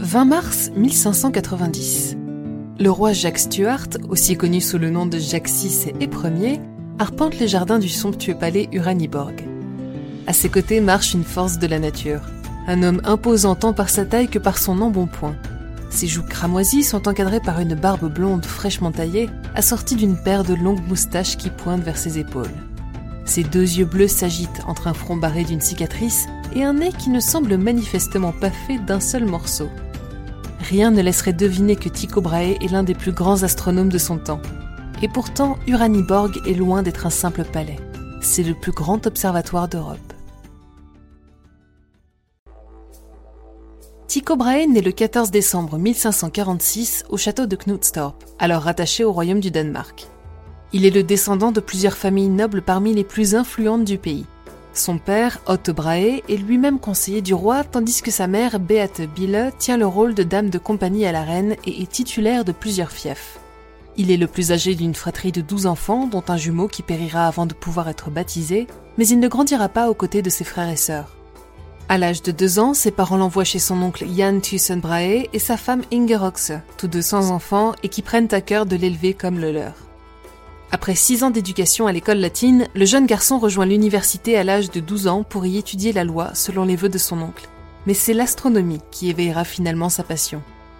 20 mars 1590. Le roi Jacques Stuart, aussi connu sous le nom de Jacques VI et Ier, arpente les jardins du somptueux palais Uraniborg. À ses côtés marche une force de la nature, un homme imposant tant par sa taille que par son embonpoint. Ses joues cramoisies sont encadrées par une barbe blonde fraîchement taillée, assortie d'une paire de longues moustaches qui pointent vers ses épaules. Ses deux yeux bleus s'agitent entre un front barré d'une cicatrice et un nez qui ne semble manifestement pas fait d'un seul morceau. Rien ne laisserait deviner que Tycho Brahe est l'un des plus grands astronomes de son temps. Et pourtant, Uraniborg est loin d'être un simple palais. C'est le plus grand observatoire d'Europe. Tycho Brahe naît le 14 décembre 1546 au château de Knudstorp, alors rattaché au royaume du Danemark. Il est le descendant de plusieurs familles nobles parmi les plus influentes du pays. Son père, Otto Brahe, est lui-même conseiller du roi, tandis que sa mère, Beate Bille, tient le rôle de dame de compagnie à la reine et est titulaire de plusieurs fiefs. Il est le plus âgé d'une fratrie de 12 enfants, dont un jumeau qui périra avant de pouvoir être baptisé, mais il ne grandira pas aux côtés de ses frères et sœurs. À l'âge de 2 ans, ses parents l'envoient chez son oncle Jan Thyssen Brahe et sa femme Inger Oxe, tous deux sans enfants et qui prennent à cœur de l'élever comme le leur. Après 6 ans d'éducation à l'école latine, le jeune garçon rejoint l'université à l'âge de 12 ans pour y étudier la loi selon les vœux de son oncle. Mais c'est l'astronomie qui éveillera finalement sa passion.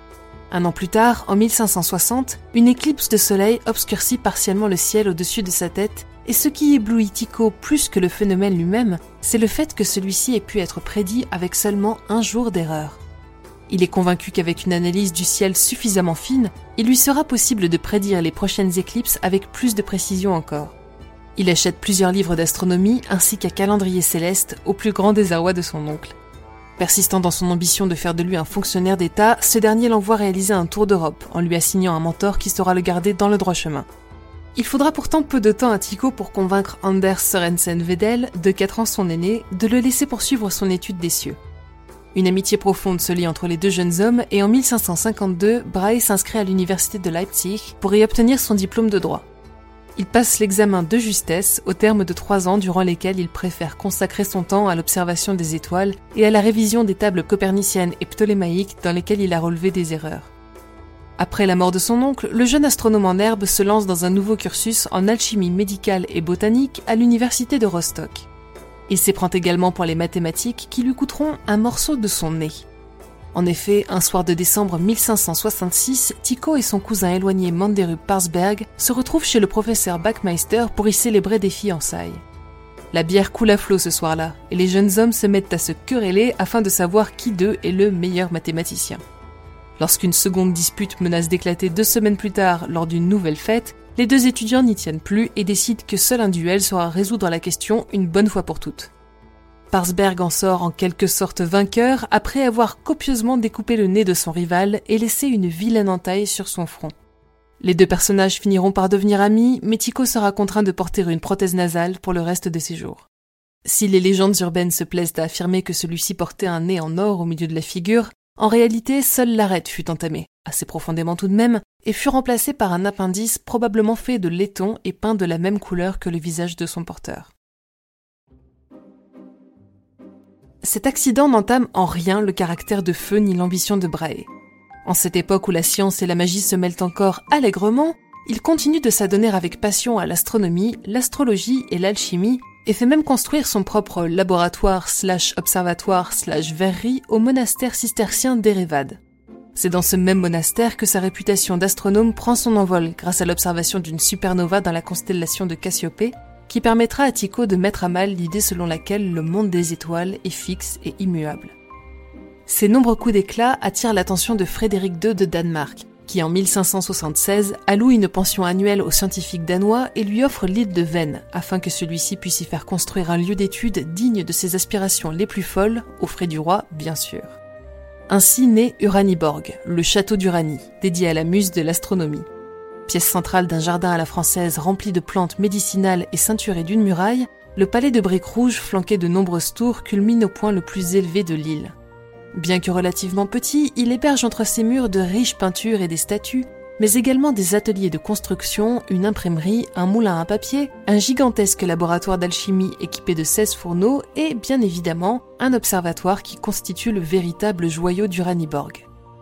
Un an plus tard, en 1560, une éclipse de soleil obscurcit partiellement le ciel au-dessus de sa tête, et ce qui éblouit Tycho plus que le phénomène lui-même, c'est le fait que celui-ci ait pu être prédit avec seulement 1 jour d'erreur. Il est convaincu qu'avec une analyse du ciel suffisamment fine, il lui sera possible de prédire les prochaines éclipses avec plus de précision encore. Il achète plusieurs livres d'astronomie ainsi qu'un calendrier céleste au plus grand désarroi de son oncle. Persistant dans son ambition de faire de lui un fonctionnaire d'État, ce dernier l'envoie réaliser un tour d'Europe en lui assignant un mentor qui saura le garder dans le droit chemin. Il faudra pourtant peu de temps à Tycho pour convaincre Anders Sørensen Wedel, de 4 ans son aîné, de le laisser poursuivre son étude des cieux. Une amitié profonde se lie entre les deux jeunes hommes et en 1552, Brahe s'inscrit à l'université de Leipzig pour y obtenir son diplôme de droit. Il passe l'examen de justesse au terme de 3 ans durant lesquels il préfère consacrer son temps à l'observation des étoiles et à la révision des tables coperniciennes et ptolémaïques dans lesquelles il a relevé des erreurs. Après la mort de son oncle, le jeune astronome en herbe se lance dans un nouveau cursus en alchimie médicale et botanique à l'université de Rostock. Il s'éprend également pour les mathématiques qui lui coûteront un morceau de son nez. En effet, un soir de décembre 1566, Tycho et son cousin éloigné Manderup Parsberg se retrouvent chez le professeur Backmeister pour y célébrer des fiançailles. La bière coule à flot ce soir-là, et les jeunes hommes se mettent à se quereller afin de savoir qui d'eux est le meilleur mathématicien. Lorsqu'une seconde dispute menace d'éclater 2 semaines plus tard lors d'une nouvelle fête, les 2 étudiants n'y tiennent plus et décident que seul un duel saura résoudre la question une bonne fois pour toutes. Parsberg en sort en quelque sorte vainqueur après avoir copieusement découpé le nez de son rival et laissé une vilaine entaille sur son front. Les 2 personnages finiront par devenir amis, mais Tycho sera contraint de porter une prothèse nasale pour le reste de ses jours. Si les légendes urbaines se plaisent à affirmer que celui-ci portait un nez en or au milieu de la figure, en réalité, seule l'arête fut entamée, assez profondément tout de même, et fut remplacée par un appendice probablement fait de laiton et peint de la même couleur que le visage de son porteur. Cet accident n'entame en rien le caractère de feu ni l'ambition de Brahe. En cette époque où la science et la magie se mêlent encore allègrement, il continue de s'adonner avec passion à l'astronomie, l'astrologie et l'alchimie, et fait même construire son propre laboratoire/observatoire/verrerie au monastère cistercien d'Erevad. C'est dans ce même monastère que sa réputation d'astronome prend son envol grâce à l'observation d'une supernova dans la constellation de Cassiopée, qui permettra à Tycho de mettre à mal l'idée selon laquelle le monde des étoiles est fixe et immuable. Ces nombreux coups d'éclat attirent l'attention de Frédéric II de Danemark, qui en 1576 alloue une pension annuelle au scientifique danois et lui offre l'île de Hven, afin que celui-ci puisse y faire construire un lieu d'étude digne de ses aspirations les plus folles, aux frais du roi, bien sûr. Ainsi naît Uraniborg, le château d'Uranie, dédié à la muse de l'astronomie. Pièce centrale d'un jardin à la française rempli de plantes médicinales et ceinturé d'une muraille, le palais de briques rouges flanqué de nombreuses tours culmine au point le plus élevé de l'île. Bien que relativement petit, il héberge entre ses murs de riches peintures et des statues, mais également des ateliers de construction, une imprimerie, un moulin à papier, un gigantesque laboratoire d'alchimie équipé de 16 fourneaux et, bien évidemment, un observatoire qui constitue le véritable joyau d'Uraniborg.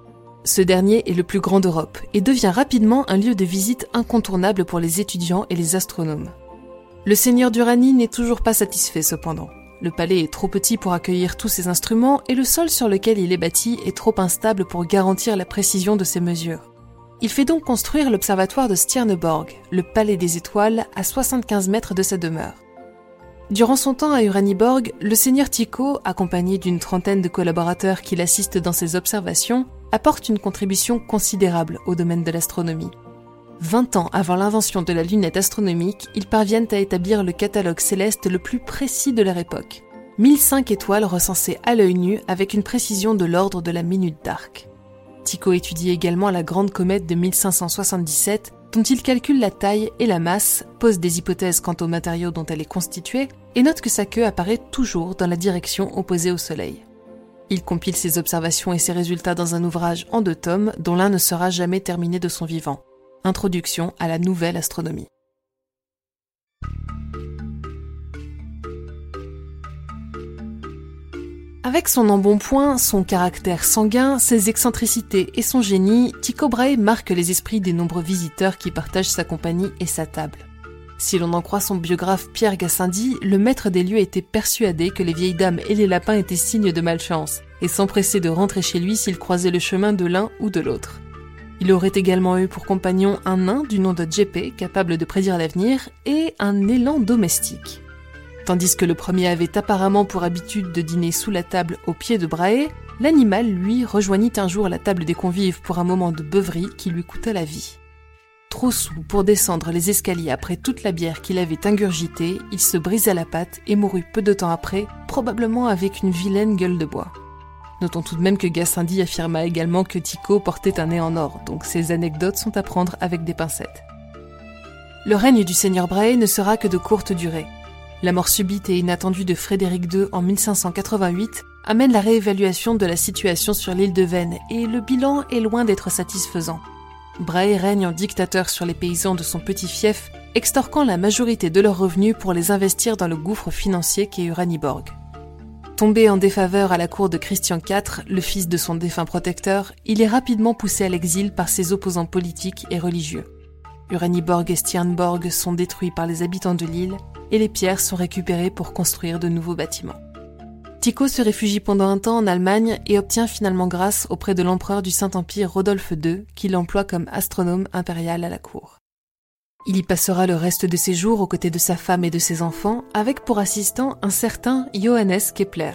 Ce dernier est le plus grand d'Europe et devient rapidement un lieu de visite incontournable pour les étudiants et les astronomes. Le seigneur d'Uranie n'est toujours pas satisfait cependant. Le palais est trop petit pour accueillir tous ces instruments et le sol sur lequel il est bâti est trop instable pour garantir la précision de ses mesures. Il fait donc construire l'observatoire de Stjerneborg, le palais des étoiles, à 75 mètres de sa demeure. Durant son temps à Uraniborg, le seigneur Tycho, accompagné d'une trentaine de collaborateurs qui l'assistent dans ses observations, apporte une contribution considérable au domaine de l'astronomie. 20 ans avant l'invention de la lunette astronomique, ils parviennent à établir le catalogue céleste le plus précis de leur époque. 1005 étoiles recensées à l'œil nu avec une précision de l'ordre de la minute d'arc. Tycho étudie également la grande comète de 1577, dont il calcule la taille et la masse, pose des hypothèses quant aux matériaux dont elle est constituée, et note que sa queue apparaît toujours dans la direction opposée au Soleil. Il compile ses observations et ses résultats dans un ouvrage en 2 tomes, dont l'un ne sera jamais terminé de son vivant. Introduction à la nouvelle astronomie. Avec son embonpoint, son caractère sanguin, ses excentricités et son génie, Tycho Brahe marque les esprits des nombreux visiteurs qui partagent sa compagnie et sa table. Si l'on en croit son biographe Pierre Gassendi, le maître des lieux était persuadé que les vieilles dames et les lapins étaient signes de malchance, et s'empressait de rentrer chez lui s'il croisait le chemin de l'un ou de l'autre. Il aurait également eu pour compagnon un nain du nom de Jeppe, capable de prédire l'avenir, et un élan domestique. Tandis que le premier avait apparemment pour habitude de dîner sous la table au pied de Brahe, l'animal, lui, rejoignit un jour la table des convives pour un moment de beuverie qui lui coûta la vie. Trop saoul pour descendre les escaliers après toute la bière qu'il avait ingurgitée, il se brisa la patte et mourut peu de temps après, probablement avec une vilaine gueule de bois. Notons tout de même que Gassendi affirma également que Tycho portait un nez en or, donc ces anecdotes sont à prendre avec des pincettes. Le règne du seigneur Brahe ne sera que de courte durée. La mort subite et inattendue de Frédéric II en 1588 amène la réévaluation de la situation sur l'île de Vênes et le bilan est loin d'être satisfaisant. Brahe règne en dictateur sur les paysans de son petit fief, extorquant la majorité de leurs revenus pour les investir dans le gouffre financier qu'est Uraniborg. Tombé en défaveur à la cour de Christian IV, le fils de son défunt protecteur, il est rapidement poussé à l'exil par ses opposants politiques et religieux. Uraniborg et Stjerneborg sont détruits par les habitants de l'île et les pierres sont récupérées pour construire de nouveaux bâtiments. Tycho se réfugie pendant un temps en Allemagne et obtient finalement grâce auprès de l'empereur du Saint-Empire Rodolphe II, qui l'emploie comme astronome impérial à la cour. Il y passera le reste de ses jours aux côtés de sa femme et de ses enfants, avec pour assistant un certain Johannes Kepler.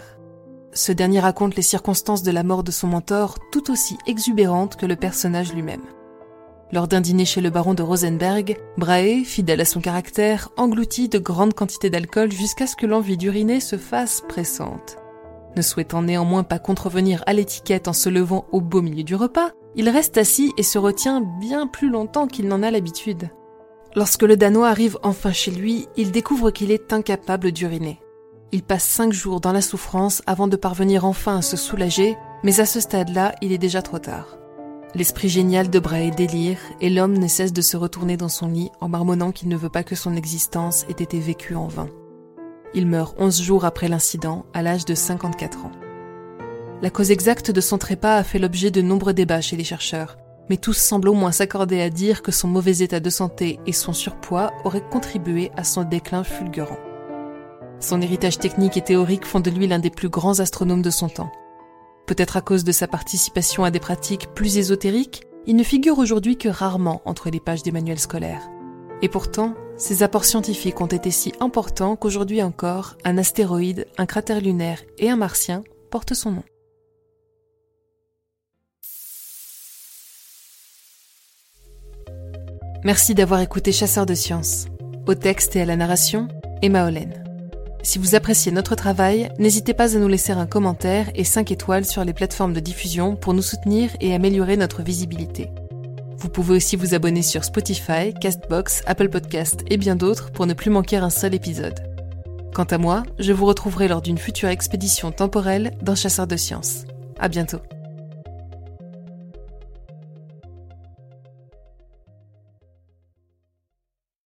Ce dernier raconte les circonstances de la mort de son mentor tout aussi exubérantes que le personnage lui-même. Lors d'un dîner chez le baron de Rosenberg, Brahe, fidèle à son caractère, engloutit de grandes quantités d'alcool jusqu'à ce que l'envie d'uriner se fasse pressante. Ne souhaitant néanmoins pas contrevenir à l'étiquette en se levant au beau milieu du repas, il reste assis et se retient bien plus longtemps qu'il n'en a l'habitude. Lorsque le Danois arrive enfin chez lui, il découvre qu'il est incapable d'uriner. Il passe 5 jours dans la souffrance avant de parvenir enfin à se soulager, mais à ce stade-là, il est déjà trop tard. L'esprit génial de Brahe délire et l'homme ne cesse de se retourner dans son lit en marmonnant qu'il ne veut pas que son existence ait été vécue en vain. Il meurt 11 jours après l'incident, à l'âge de 54 ans. La cause exacte de son trépas a fait l'objet de nombreux débats chez les chercheurs, mais tous semblent au moins s'accorder à dire que son mauvais état de santé et son surpoids auraient contribué à son déclin fulgurant. Son héritage technique et théorique font de lui l'un des plus grands astronomes de son temps. Peut-être à cause de sa participation à des pratiques plus ésotériques, il ne figure aujourd'hui que rarement entre les pages des manuels scolaires. Et pourtant, ses apports scientifiques ont été si importants qu'aujourd'hui encore, un astéroïde, un cratère lunaire et un martien portent son nom. Merci d'avoir écouté Chasseurs de Sciences. Au texte et à la narration, Emma Hollen. Si vous appréciez notre travail, n'hésitez pas à nous laisser un commentaire et 5 étoiles sur les plateformes de diffusion pour nous soutenir et améliorer notre visibilité. Vous pouvez aussi vous abonner sur Spotify, Castbox, Apple Podcasts et bien d'autres pour ne plus manquer un seul épisode. Quant à moi, je vous retrouverai lors d'une future expédition temporelle dans Chasseurs de Sciences. À bientôt.